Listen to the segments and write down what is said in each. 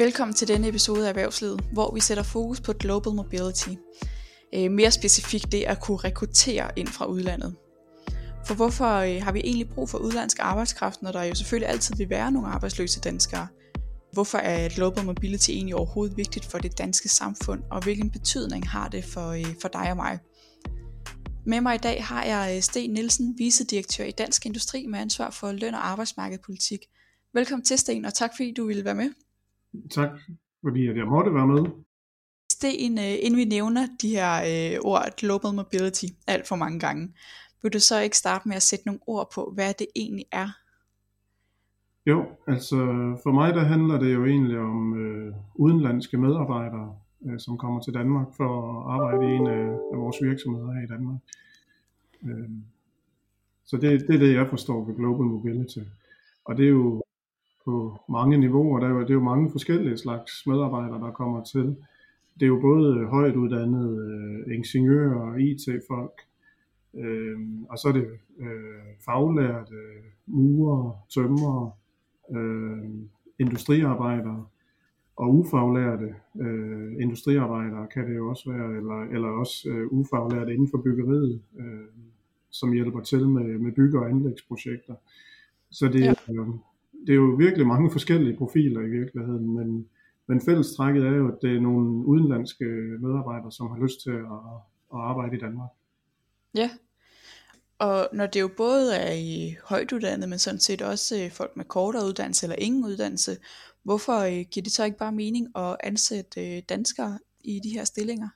Velkommen til denne episode af Erhvervslivet, hvor vi sætter fokus på Global Mobility. Mere specifikt det at kunne rekruttere ind fra udlandet. For hvorfor har vi egentlig brug for udenlandsk arbejdskraft, når der jo selvfølgelig altid vil være nogle arbejdsløse danskere? Hvorfor er Global Mobility egentlig overhovedet vigtigt for det danske samfund, og hvilken betydning har det for dig og mig? Med mig i dag har jeg Sten Nielsen, vicedirektør i Dansk Industri med ansvar for løn- og arbejdsmarkedspolitik. Velkommen til, Sten, og tak fordi du ville være med. Tak, fordi jeg måtte være med. Sten, inden vi nævner de her ord Global Mobility alt for mange gange, vil du så ikke starte med at sætte nogle ord på, hvad det egentlig er? Jo, altså for mig der handler det jo egentlig om udenlandske medarbejdere, som kommer til Danmark for at arbejde i en af vores virksomheder her i Danmark. Så det er det, jeg forstår ved Global Mobility. Og det er jo på mange niveauer, det er jo mange forskellige slags medarbejdere, der kommer til. Det er jo både højt uddannede ingeniører og IT-folk, og så er det faglærte, murere, tømrere, industriarbejdere og ufaglærte industriarbejdere kan det jo også være, eller også ufaglærte inden for byggeriet, som hjælper til med bygge- og anlægsprojekter. Så det er jo virkelig mange forskellige profiler i virkeligheden, men fællestrækket er jo, at det er nogle udenlandske medarbejdere, som har lyst til at arbejde i Danmark. Ja, og når det jo både er i højt uddannet, men sådan set også folk med kortere uddannelse eller ingen uddannelse, hvorfor giver det så ikke bare mening at ansætte danskere i de her stillinger?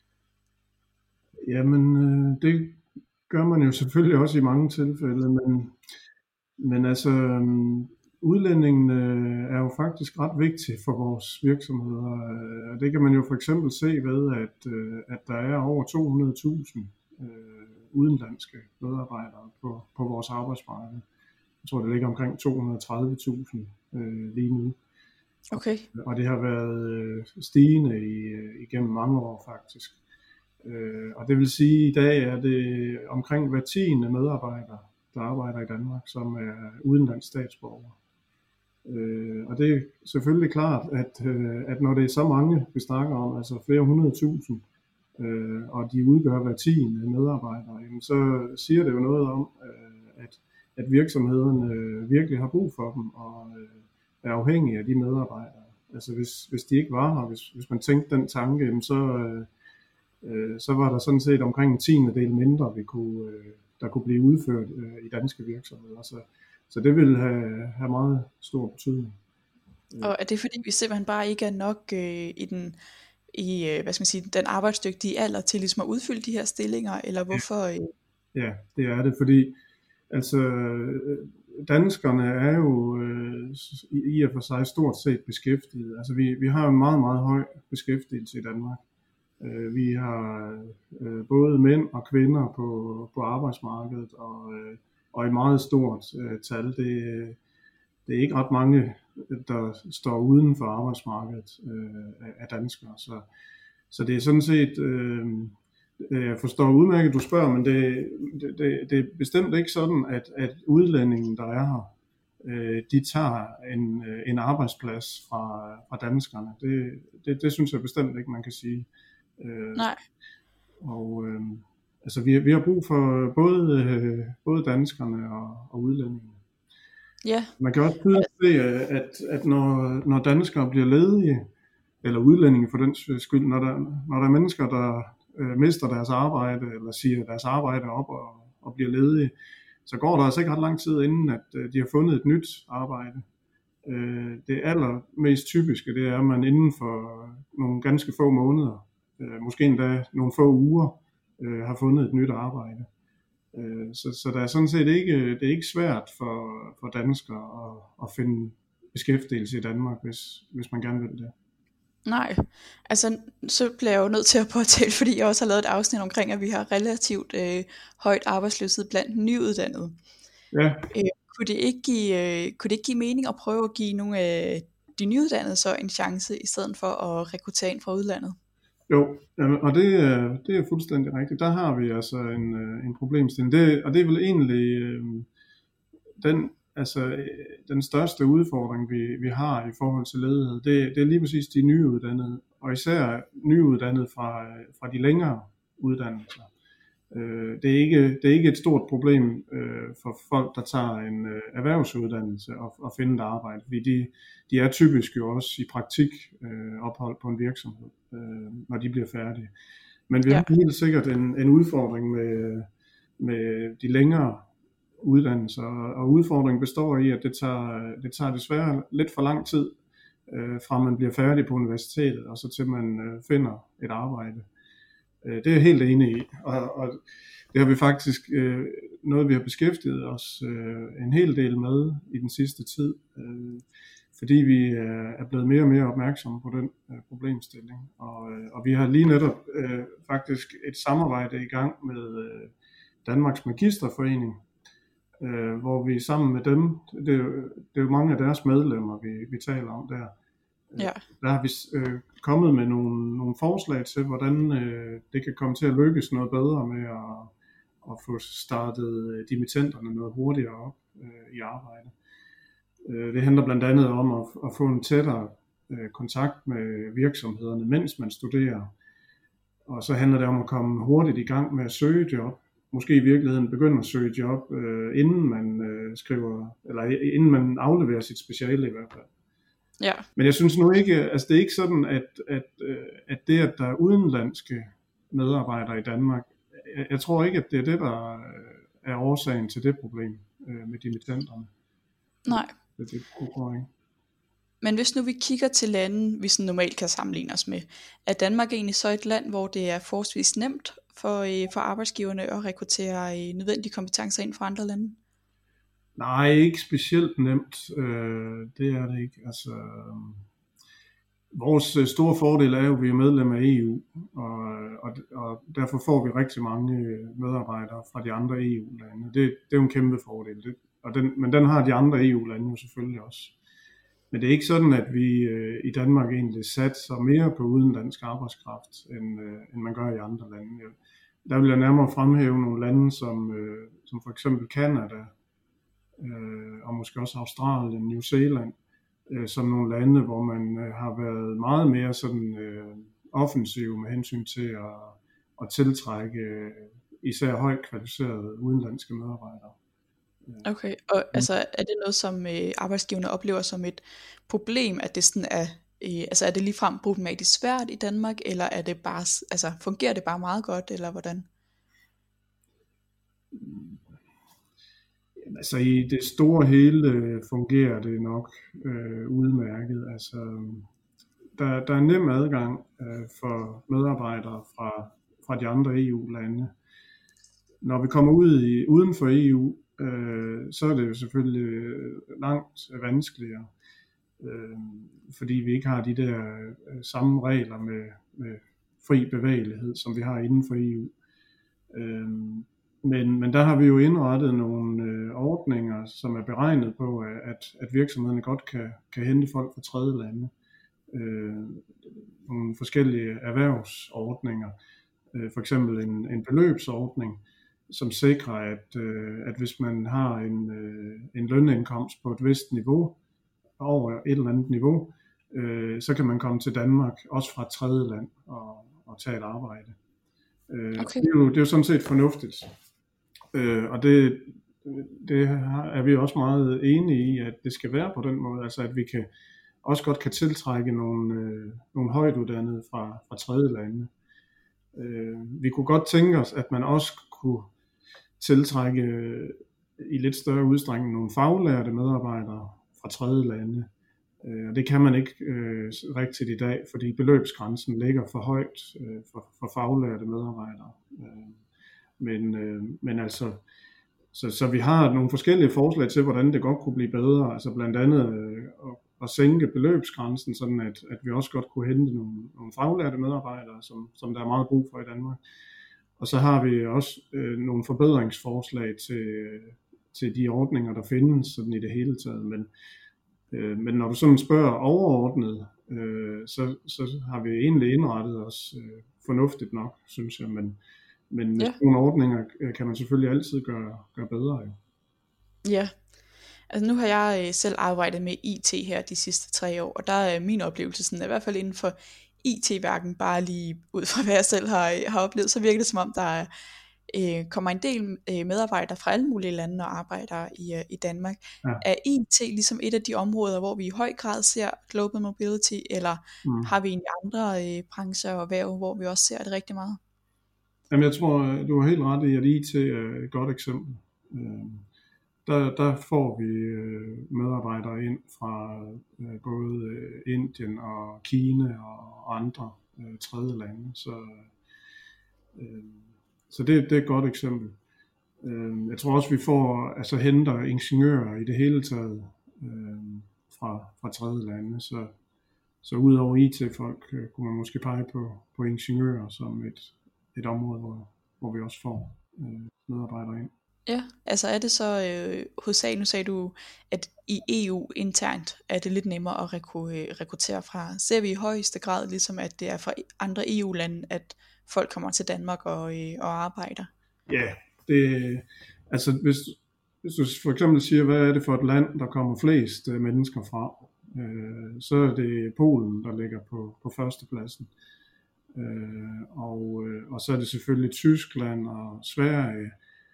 Jamen, det gør man jo selvfølgelig også i mange tilfælde, men altså udlændingen er jo faktisk ret vigtig for vores virksomheder. Det kan man jo for eksempel se ved, at der er over 200.000 udenlandske medarbejdere på vores arbejdsmarked. Jeg tror, det ligger omkring 230.000 lige nu. Okay. Og det har været stigende igennem mange år faktisk. Og det vil sige, at i dag er det omkring hver 10. medarbejder, der arbejder i Danmark, som er udenlandsk statsborger. Og det er selvfølgelig klart, at når det er så mange, vi snakker om, altså flere 100.000, og de udgør hver 10. medarbejder, så siger det jo noget om, at virksomhederne virkelig har brug for dem og er afhængige af de medarbejdere. Altså hvis de ikke var her, hvis man tænkte den tanke, så var der sådan set omkring en 10. mindre, der kunne blive udført i danske virksomheder. Så det vil have meget stor betydning. Og er det fordi vi simpelthen bare ikke er nok den arbejdsdygtige alder til ligesom at udfylde de her stillinger, eller hvorfor? Ja, det er det, fordi altså danskerne er jo i og for sig stort set beskæftiget. Altså vi har en meget, meget høj beskæftigelse i Danmark. Vi har både mænd og kvinder på arbejdsmarkedet, og i meget stort tal. Det er ikke ret mange, der står uden for arbejdsmarkedet af danskere. Så det er sådan set, jeg forstår udmærket, du spørger, men det er bestemt ikke sådan, at udlændingen, der er her, de tager en arbejdsplads fra danskerne. Det synes jeg bestemt ikke, man kan sige. Nej. Og altså vi har brug for både danskerne og udlændingene. Ja. Man kan også tydeligt se, at når danskere bliver ledige, eller udlændinge for den skyld, når der er mennesker, der mister deres arbejde, eller siger deres arbejde op og bliver ledige, så går der altså ikke ret lang tid inden, at de har fundet et nyt arbejde. Det allermest typiske, det er, at man inden for nogle ganske få måneder, måske endda nogle få uger, har fundet et nyt arbejde. Så der er sådan set det er ikke svært for danskere at finde beskæftigelse i Danmark, hvis man gerne vil det. Nej, altså så bliver jeg jo nødt til at påtale, fordi jeg også har lavet et afsnit omkring, at vi har relativt højt arbejdsløshed blandt nyuddannede. Ja. Kunne det ikke give mening at prøve at give nogle af de nyuddannede så en chance, i stedet for at rekruttere ind fra udlandet? Jo, og det er fuldstændig rigtigt. Der har vi altså en problemstilling. Og det er vel egentlig den den største udfordring, vi har i forhold til ledighed, det er lige præcis de nyuddannede, og især nyuddannede fra de længere uddannelser. Det er ikke et stort problem for folk, der tager en erhvervsuddannelse og finder et arbejde, fordi de er typisk jo også i praktik ophold på en virksomhed, når de bliver færdige. Men vi har helt sikkert en udfordring med de længere uddannelser, og udfordringen består i, at det tager desværre lidt for lang tid, fra man bliver færdig på universitetet, og så til man finder et arbejde. Det er jeg helt enig i, og det har vi faktisk noget, vi har beskæftiget os en hel del med i den sidste tid, fordi vi er blevet mere og mere opmærksomme på den problemstilling. Og vi har lige netop faktisk et samarbejde i gang med Danmarks Magisterforening, hvor vi sammen med dem, det er jo mange af deres medlemmer, vi taler om der. Ja. Der har vi kommet med nogle forslag til, hvordan det kan komme til at lykkes noget bedre med at få startet dimittenterne noget hurtigere op i arbejde. Det handler blandt andet om at få en tættere kontakt med virksomhederne, mens man studerer. Og så handler det om at komme hurtigt i gang med at søge job. Måske i virkeligheden begynde at søge job, inden man inden man afleverer sit speciale i hvert fald. Ja. Men jeg synes nu ikke, det er ikke sådan, at det, at der er udenlandske medarbejdere i Danmark, jeg tror ikke, at det er det, der er årsagen til det problem med dimittenterne. Nej. Det tror jeg ikke. Men hvis nu vi kigger til lande, vi sådan normalt kan sammenligne os med, er Danmark egentlig så et land, hvor det er forholdsvis nemt for arbejdsgiverne at rekruttere nødvendige kompetencer ind fra andre lande? Nej, ikke specielt nemt. Det er det ikke. Vores store fordel er jo, at vi er medlem af EU, og derfor får vi rigtig mange medarbejdere fra de andre EU-lande. Det er jo en kæmpe fordel. Men den har de andre EU-lande jo selvfølgelig også. Men det er ikke sådan, at vi i Danmark egentlig satser mere på udenlandsk arbejdskraft, end man gør i andre lande. Der vil jeg nærmere fremhæve nogle lande, som for eksempel Canada, og måske også Australien, New Zealand, som nogle lande, hvor man har været meget mere sådan offensiv med hensyn til at tiltrække især højt kvalificerede udenlandske medarbejdere. Okay, og er det noget, som arbejdsgiverne oplever som et problem, at det sådan er det ligefrem problematisk svært i Danmark, eller er det bare, fungerer det bare meget godt, eller hvordan? I det store hele fungerer det nok udmærket. Der er nem adgang for medarbejdere fra de andre EU-lande. Når vi kommer uden for EU, så er det jo selvfølgelig langt vanskeligere, fordi vi ikke har de der samme regler med fri bevægelighed, som vi har inden for EU. Men der har vi jo indrettet nogle ordninger, som er beregnet på, at virksomhederne godt kan hente folk fra tredje lande. Nogle forskellige erhvervsordninger, for eksempel en beløbsordning, som sikrer, at hvis man har en lønindkomst på et vist niveau, over et eller andet niveau, så kan man komme til Danmark, også fra et tredje land, og tage et arbejde. Okay. Det er jo sådan set fornuftigt. Og det er vi også meget enige i, at det skal være på den måde, at vi også godt kan tiltrække nogle højtuddannede fra tredje lande. Vi kunne godt tænke os, at man også kunne tiltrække i lidt større udstrækning nogle faglærte medarbejdere fra tredje lande. Og det kan man ikke rigtigt i dag, fordi beløbsgrænsen ligger for højt for faglærte medarbejdere. Men så vi har nogle forskellige forslag til, hvordan det godt kunne blive bedre. Blandt andet at sænke beløbsgrænsen, sådan at vi også godt kunne hente nogle faglærte medarbejdere, som der er meget brug for i Danmark. Og så har vi også nogle forbedringsforslag til de ordninger, der findes sådan i det hele taget. Men når du sådan spørger overordnet, så har vi egentlig indrettet os fornuftigt nok, synes jeg. Men nogle ordninger kan man selvfølgelig altid gøre bedre. Jo. Ja, Altså nu har jeg selv arbejdet med IT her de sidste 3 år, og der er min oplevelse sådan, at i hvert fald inden for IT-værken, bare lige ud fra hvad jeg selv har oplevet, så virker det som om, der kommer en del medarbejdere fra alle mulige lande og arbejder i Danmark. Ja. Er IT ligesom et af de områder, hvor vi i høj grad ser global mobility, eller har vi egentlig andre brancher og erhverv, hvor vi også ser det rigtig meget? Jamen jeg tror, du har helt ret i, at IT er et godt eksempel. Der får vi medarbejdere ind fra både Indien og Kina og andre tredje lande. Så det er et godt eksempel. Jeg tror også, vi henter ingeniører i det hele taget fra tredje lande. Så udover IT-folk kunne man måske pege på ingeniører som et område, hvor vi også får medarbejdere ind. Ja, altså er det så hovedsageligt, nu sagde du, at i EU internt er det lidt nemmere at rekruttere fra. Ser vi i højeste grad ligesom, at det er fra andre EU-lande, at folk kommer til Danmark og arbejder? Ja, altså hvis du for eksempel siger, hvad er det for et land, der kommer flest mennesker fra, så er det Polen, der ligger på førstepladsen. Og så er det selvfølgelig Tyskland og Sverige,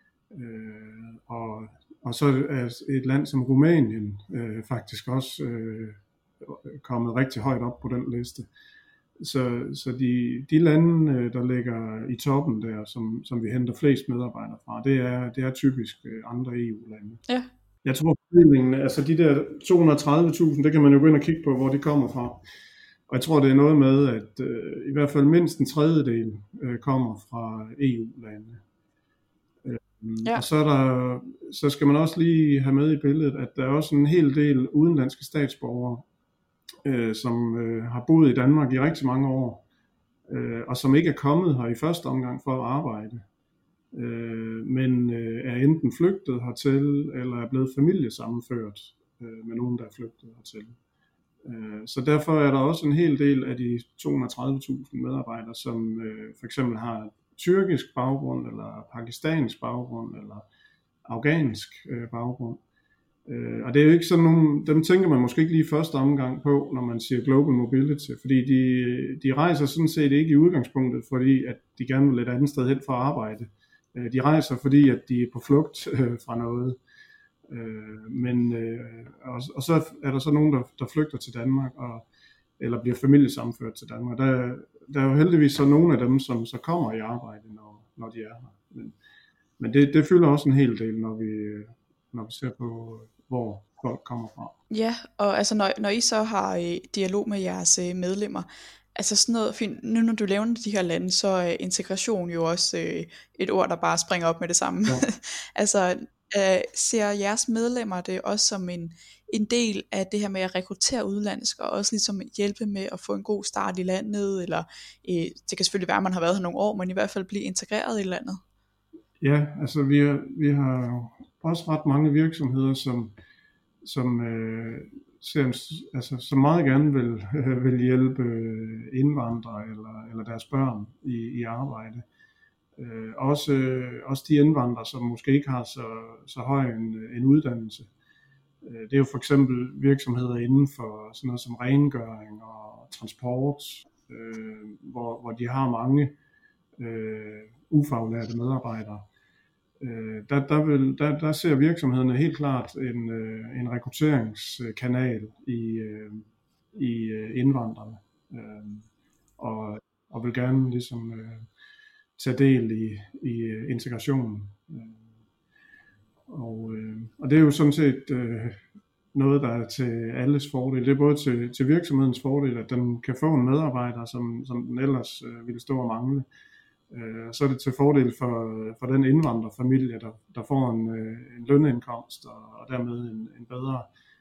og så er et land som Rumænien faktisk også kommet rigtig højt op på den liste. Så de lande, der ligger i toppen der, som vi henter flest medarbejdere fra, det er typisk andre EU-lande. Ja. Jeg tror, altså de der 230.000, det kan man jo gå ind og kigge på, hvor de kommer fra. Og jeg tror, det er noget med, at i hvert fald mindst en tredjedel kommer fra EU-lande. Ja. Og så skal man også lige have med i billedet, at der er også en hel del udenlandske statsborgere, som har boet i Danmark i rigtig mange år, og som ikke er kommet her i første omgang for at arbejde, men er enten flygtet hertil, eller er blevet familiesammenført med nogen, der er flygtet hertil. Så derfor er der også en hel del af de 230.000 medarbejdere, som for eksempel har tyrkisk baggrund, eller pakistansk baggrund, eller afghansk baggrund. Og det er jo ikke sådan nogle, dem tænker man måske ikke lige første omgang på, når man siger global mobility, fordi de rejser sådan set ikke i udgangspunktet, fordi at de gerne vil et andet sted hen for at arbejde. De rejser, fordi at de er på flugt fra noget. Og så er der så nogen, der flygter til Danmark, eller bliver familiesammenført til Danmark. Der er jo heldigvis så nogle af dem, som så kommer i arbejde, når de er her. Men det fylder også en hel del, når vi ser på, hvor folk kommer fra. Ja, og altså når I så har dialog med jeres medlemmer, altså sådan noget fint, nu når du nævner de her lande, så er integration jo også et ord, der bare springer op med det samme. Ja. Altså ser jeres medlemmer det også som en del af det her med at rekruttere udlandsk, og også ligesom hjælpe med at få en god start i landet, eller det kan selvfølgelig være, at man har været her nogle år, men i hvert fald blive integreret i landet? Ja, altså vi har også ret mange virksomheder, som som meget gerne vil hjælpe indvandrere eller deres børn i arbejde. Også de indvandrere, som måske ikke har så høj en uddannelse. Det er jo for eksempel virksomheder inden for sådan noget som rengøring og transport, hvor de har mange ufaglærte medarbejdere. Der ser virksomhederne helt klart en rekrutteringskanal i indvandrerne, og vil gerne ligesom tage del i integrationen. Og det er jo sådan set noget, der er til alles fordel. Det er både til virksomhedens fordel, at den kan få en medarbejder, som den ellers ville stå og mangle. Så er det til fordel for den indvandrerfamilie, der får en lønindkomst og dermed en bedre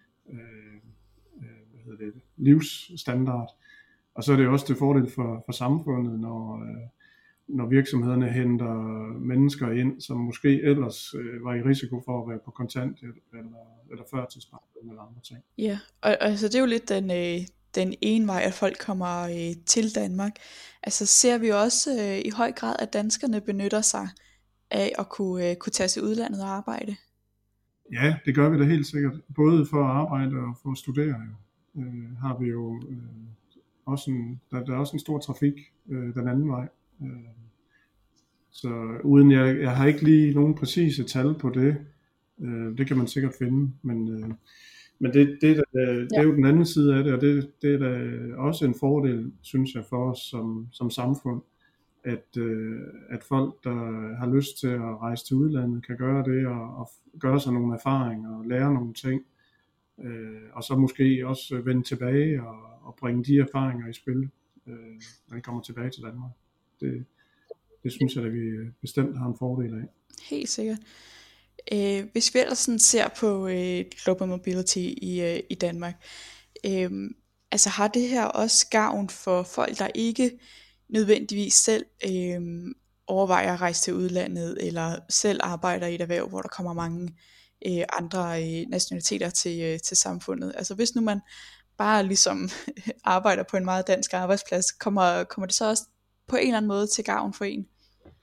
livsstandard. Og så er det også til fordel for samfundet, når virksomhederne henter mennesker ind, som måske ellers var i risiko for at være på kontanthjælp eller førtidspension eller andre ting. Ja, og altså det er jo lidt den ene vej, at folk kommer til Danmark. Altså ser vi også i høj grad, at danskerne benytter sig af at kunne tage til udlandet og arbejde? Ja, det gør vi da helt sikkert. Både for at arbejde og for at studere jo. Har vi jo også der er også en stor trafik den anden vej. Øh, så uden jeg har ikke lige nogen præcise tal på det. Det kan man sikkert finde, men det Ja. er jo den anden side af det, og det er da også en fordel, synes jeg, for os som samfund, at folk, der har lyst til at rejse til udlandet, kan gøre det og gøre sig nogle erfaringer og lære nogle ting, og så måske også vende tilbage og bringe de erfaringer i spil, når de kommer tilbage til Danmark. Det synes jeg, at vi bestemt har en fordel af. Helt sikkert. Hvis vi ellers sådan ser på global mobility i Danmark, altså har det her også gavn for folk, der ikke nødvendigvis selv overvejer at rejse til udlandet, eller selv arbejder i et erhverv, hvor der kommer mange andre nationaliteter til samfundet? Altså hvis nu man bare ligesom arbejder på en meget dansk arbejdsplads, kommer det så også på en eller anden måde til gavn for en?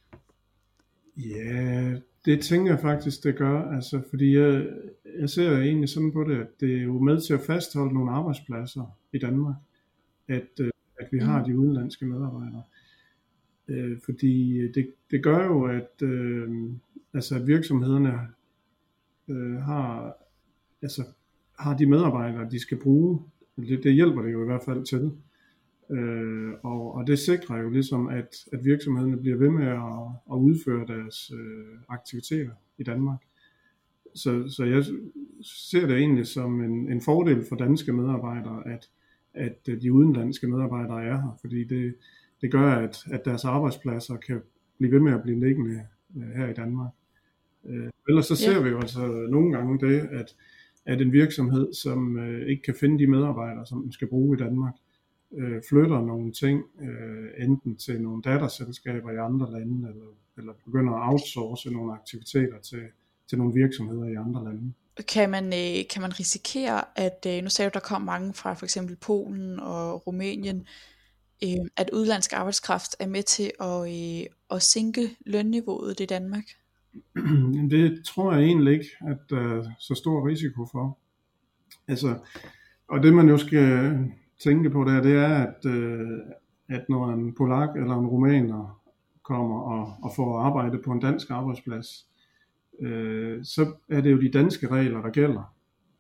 Ja, det tænker jeg faktisk, det gør. Altså, fordi jeg ser egentlig sådan på det, at det er jo med til at fastholde nogle arbejdspladser i Danmark, at vi har Mm. de udenlandske medarbejdere. Fordi det gør jo, at virksomhederne har, altså, har de medarbejdere, de skal bruge. Det hjælper det jo i hvert fald til. Og det sikrer jo ligesom, at virksomhederne bliver ved med at udføre deres aktiviteter i Danmark. Så jeg ser det egentlig som en fordel for danske medarbejdere, at de udenlandske medarbejdere er her, fordi det gør, at deres arbejdspladser kan blive ved med at blive liggende her i Danmark. Ellers så ser Ja. vi jo altså nogle gange det, at en virksomhed, som ikke kan finde de medarbejdere, som den skal bruge i Danmark, flytter nogle ting, enten til nogle datterselskaber i andre lande, eller begynder at outsource nogle aktiviteter til nogle virksomheder i andre lande. Kan man risikere, at nu sagde du, der kom mange fra for eksempel Polen og Rumænien, at udenlandsk arbejdskraft er med til at sænke lønniveauet i Danmark? Det tror jeg egentlig ikke, at der er så stor risiko for. Altså, og det man jo skal tænke på der, det er, at når en polak eller en rumæner kommer og får arbejde på en dansk arbejdsplads, så er det jo de danske regler, der gælder.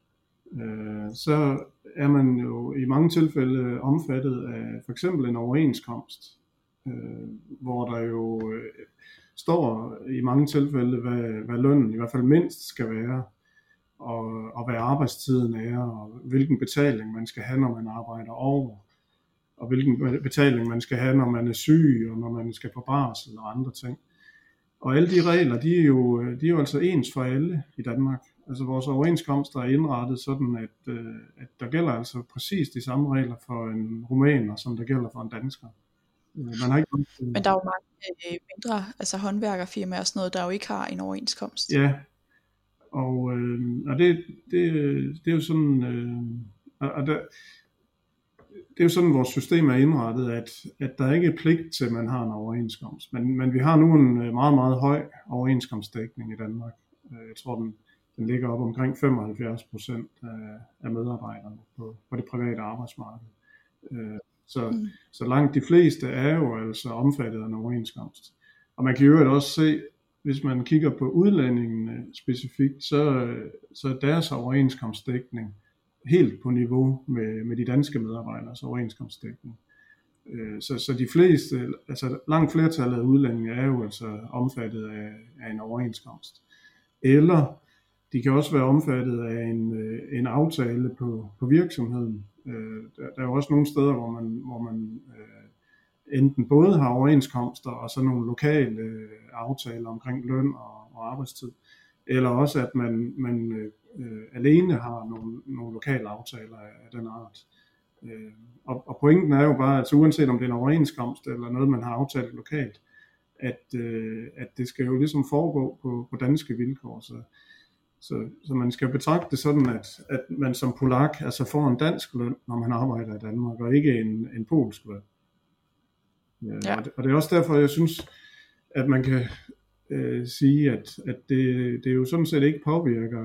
Så er man jo i mange tilfælde omfattet af for eksempel en overenskomst, hvor der jo står i mange tilfælde, hvad lønnen i hvert fald mindst skal være, og hvad arbejdstiden er, og hvilken betaling man skal have, når man arbejder over, og hvilken betaling man skal have, når man er syg, og når man skal på barsel og andre ting. Og alle de regler, de er jo altså ens for alle i Danmark. Altså vores overenskomster er indrettet sådan, at der gælder altså præcis de samme regler for en rumæner, som der gælder for en dansker. Man har ikke... Men der er jo mange mindre, altså håndværkerfirmaer og sådan noget, der jo ikke har en overenskomst. Ja, og det er jo sådan, det er jo sådan, vores system er indrettet, at der ikke er pligt til, at man har en overenskomst. Men vi har nu en meget, meget høj overenskomstdækning i Danmark. Jeg tror, den ligger op omkring 75% af medarbejderne på det private arbejdsmarked. Så langt de fleste er jo altså omfattet af en overenskomst. Og man kan jo også se, hvis man kigger på udlændingene specifikt, så er deres overenskomstdækning helt på niveau med de danske medarbejderes overenskomstdækning. Så de fleste, altså langt flertallet af udlændinge er jo altså omfattet af en overenskomst. Eller de kan også være omfattet af en aftale på virksomheden. Der er jo også nogle steder, hvor man enten både har overenskomster og så nogle lokale aftaler omkring løn og arbejdstid, eller også at man alene har nogle lokale aftaler af den art. Og pointen er jo bare, at så uanset om det er en overenskomst eller noget, man har aftalt lokalt, at det skal jo ligesom foregå på danske vilkår. Så man skal betragte det sådan, at man som polak altså får en dansk løn, når man arbejder i Danmark, og ikke en polsk løn. Ja. Og det er også derfor, jeg synes, at man kan sige, at det jo sådan set ikke påvirker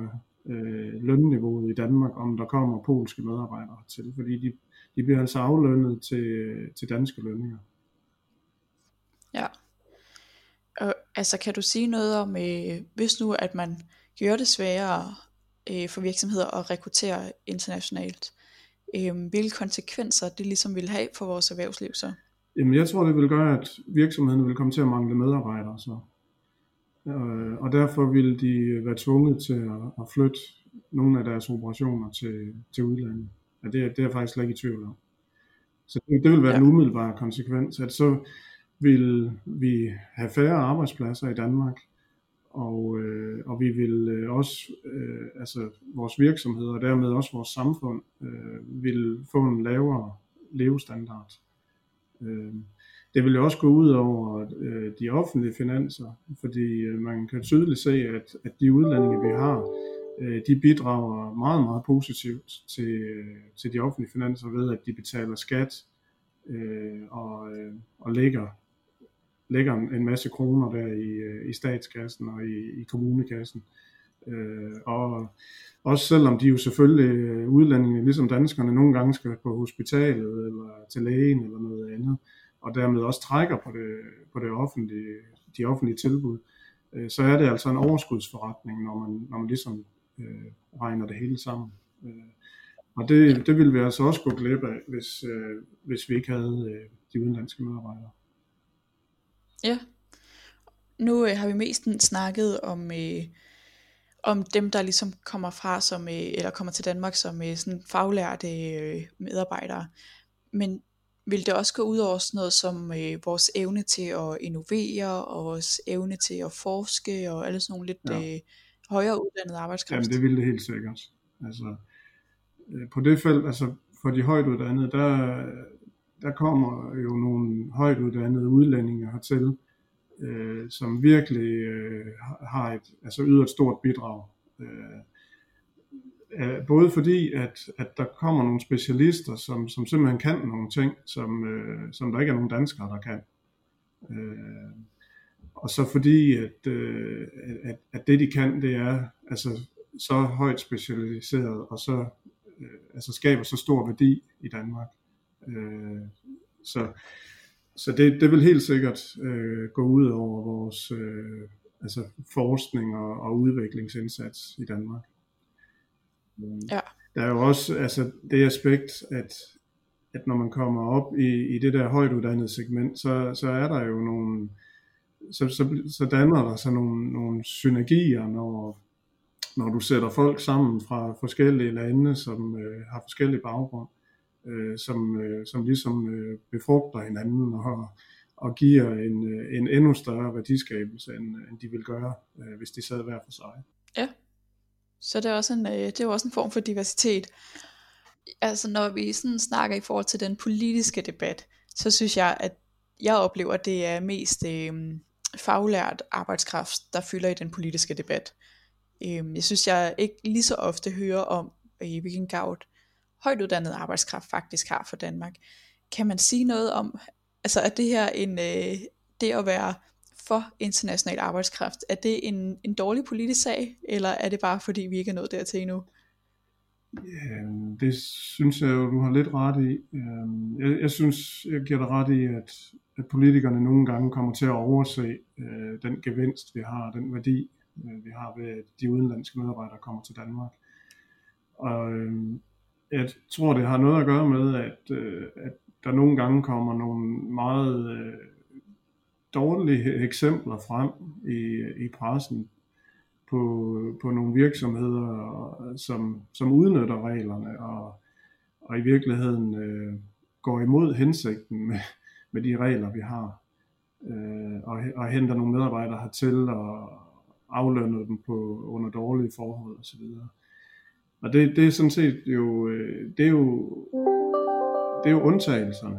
lønniveauet i Danmark, om der kommer polske medarbejdere til, fordi de bliver altså aflønnet til danske lønninger. Ja. Og altså kan du sige noget om, hvis nu at man gør det sværere for virksomheder at rekruttere internationalt, hvilke konsekvenser det ligesom vil have for vores erhvervsliv så? Jamen jeg tror det vil gøre, at virksomhederne vil komme til at mangle medarbejdere så. Og derfor vil de være tvunget til at flytte nogle af deres operationer til udlandet. Ja, det er jeg faktisk slet ikke i tvivl om. Så det vil være en umiddelbar konsekvens, at så vil vi have færre arbejdspladser i Danmark, og vi vil også, altså vores virksomheder og dermed også vores samfund, vil få en lavere levestandard. Det vil jo også gå ud over de offentlige finanser, fordi man kan tydeligt se, at de udlændinge, vi har, de bidrager meget, meget positivt til de offentlige finanser ved, at de betaler skat og lægger en masse kroner der i statskassen og i kommunekassen. Og også selvom de jo selvfølgelig udlændinge, ligesom danskerne, nogle gange skal på hospitalet eller til lægen eller noget andet, og dermed også trækker på de offentlige tilbud, så er det altså en overskudsforretning, når man ligesom regner det hele sammen. Og det ville vi altså også gå glip af, hvis vi ikke havde de udenlandske medarbejdere. Ja, nu har vi mest snakket om dem, der ligesom kommer fra eller kommer til Danmark som sådan faglærte medarbejdere. Men vil det også gå ud over sådan noget som vores evne til at innovere og vores evne til at forske og alle sådan nogle lidt højere uddannede arbejdskraft? Jamen det vil det helt sikkert. Altså på det felt, altså for de højt uddannede, der kommer jo nogle højt uddannede udlændinge hertil, som virkelig har yder et stort bidrag. Både fordi, at der kommer nogle specialister, som simpelthen kan nogle ting, som der ikke er nogen danskere, der kan. Og så fordi, at det de kan, det er altså så højt specialiseret, og så skaber så stor værdi i Danmark. Så det vil helt sikkert gå ud over vores forskning og udviklingsindsats i Danmark. Ja. Der er jo også det aspekt, at når man kommer op i det der højtuddannede segment, så er der jo nogle, så danner der sig nogle synergier, når du sætter folk sammen fra forskellige lande, som har forskellige baggrund, som ligesom befrugter hinanden og giver en endnu større værdiskabelse, end de vil gøre, hvis de sad hver for sig. Ja, så det er jo også en form for diversitet. Altså når vi sådan snakker i forhold til den politiske debat, så synes jeg, at jeg oplever, at det er mest faglært arbejdskraft, der fylder i den politiske debat. Jeg synes, jeg ikke lige så ofte hører om, hvilken gavn højtuddannet arbejdskraft faktisk har for Danmark. Kan man sige noget om, altså er det her det at være for international arbejdskraft, er det en dårlig politisk sag, eller er det bare fordi vi ikke er nået dertil endnu? Ja, det synes jeg jo, du har lidt ret i. Jeg synes, jeg giver dig ret i, at politikerne nogle gange kommer til at overse den gevinst, vi har, den værdi, vi har ved, at de udenlandske medarbejdere kommer til Danmark. Og jeg tror, det har noget at gøre med, at der nogle gange kommer nogle meget dårlige eksempler frem i pressen på nogle virksomheder, som udnytter reglerne og i virkeligheden går imod hensigten med de regler, vi har, og henter nogle medarbejdere hertil og aflønner dem under dårlige forhold osv. Og det er sådan set jo, det er jo undtagelserne.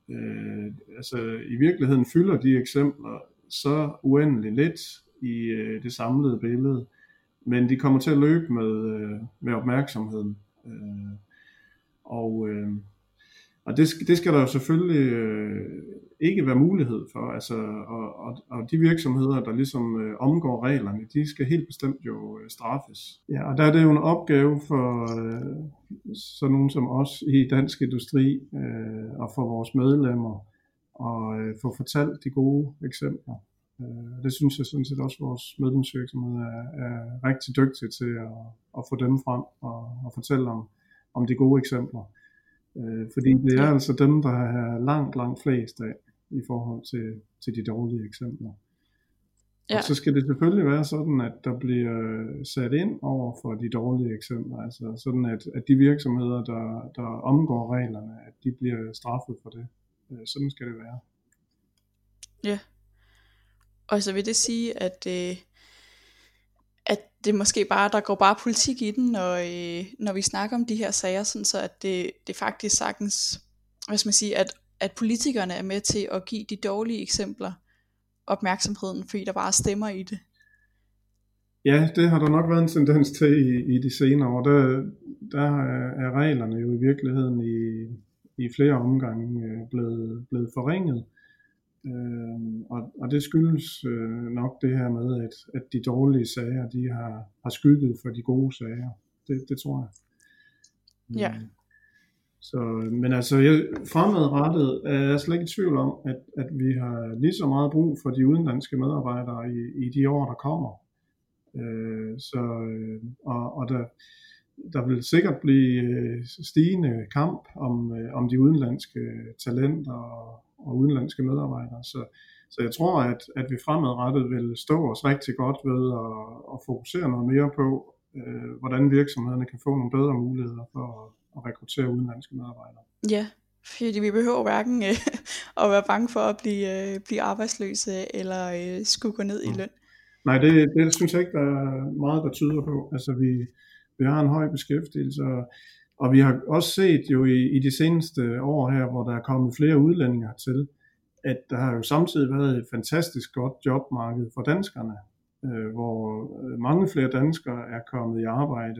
I virkeligheden fylder de eksempler så uendeligt lidt i det samlede billede, men de kommer til at løbe med opmærksomheden. Og Og det skal der jo selvfølgelig ikke være mulighed for. Altså, og de virksomheder, der ligesom omgår reglerne, de skal helt bestemt jo straffes. Ja, og der er det jo en opgave for sådan nogen som os i Dansk Industri og for vores medlemmer at få fortalt de gode eksempler. Det synes jeg sådan set også, at vores medlemsvirksomhed er rigtig dygtige til at få dem frem og fortælle om de gode eksempler. Fordi det er altså dem, der har langt flest af i forhold til de dårlige eksempler. Ja. Og så skal det selvfølgelig være sådan, at der bliver sat ind over for de dårlige eksempler. Altså sådan, at de virksomheder, der omgår reglerne, at de bliver straffet for det. Sådan skal det være. Ja. Og så vil det sige, at det måske bare, der går bare politik i den, når vi snakker om de her sager, sådan så at det faktisk sagtens, hvad skal man sige, at politikerne er med til at give de dårlige eksempler opmærksomheden, fordi der bare stemmer i det. Ja, det har der nok været en tendens til i de senere år. Der er reglerne jo i virkeligheden i flere omgange blevet forringet. Og det skyldes nok det her med, at de dårlige sager, de har skygget for de gode sager. Det tror jeg. Ja. Så, men altså fremadrettet er jeg slet ikke i tvivl om, at vi har lige så meget brug for de udenlandske medarbejdere i de år, der kommer. Og der vil sikkert blive stigende kamp om de udenlandske talenter og udenlandske medarbejdere. Så jeg tror, at vi fremadrettet vil stå os rigtig godt ved at fokusere noget mere på, hvordan virksomhederne kan få nogle bedre muligheder for at rekruttere udenlandske medarbejdere. Ja, fordi vi behøver hverken at være bange for at blive arbejdsløse eller skulle gå ned i løn. Nej, det synes jeg ikke, der er meget, der tyder på. Altså vi har en høj beskæftigelse, og vi har også set jo i de seneste år her, hvor der er kommet flere udlændinge til, at der har jo samtidig været et fantastisk godt jobmarked for danskerne, hvor mange flere danskere er kommet i arbejde,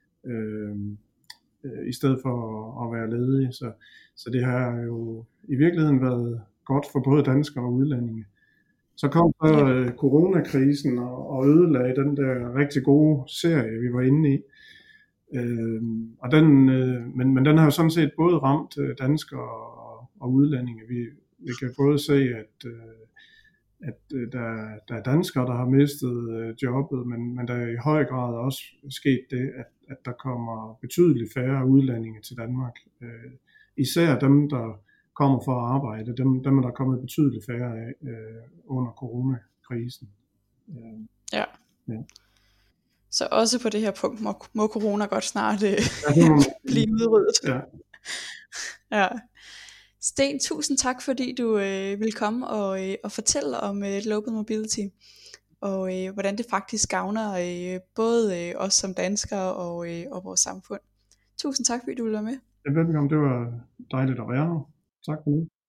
i stedet for at være ledige. Så det har jo i virkeligheden været godt for både danskere og udlændinge. Så kom så coronakrisen og ødelagde den der rigtig gode serie, vi var inde i. Og men den har jo sådan set både ramt danskere og udlændinge. Vi kan både se, at der er danskere, der har mistet jobbet, men der er i høj grad også sket det, at der kommer betydeligt færre udlændinge til Danmark. Især dem, der kommer for at arbejde, dem er der kommet betydeligt færre af under coronakrisen. Ja. Så også på det her punkt må corona godt snart blive udryddet. Ja. Ja. Sten, tusind tak, fordi du ville komme og fortælle om Global Mobility, og hvordan det faktisk gavner både os som danskere og vores samfund. Tusind tak, fordi du ville være med. Ja, velkommen. Det var dejligt at være her. Tak for det.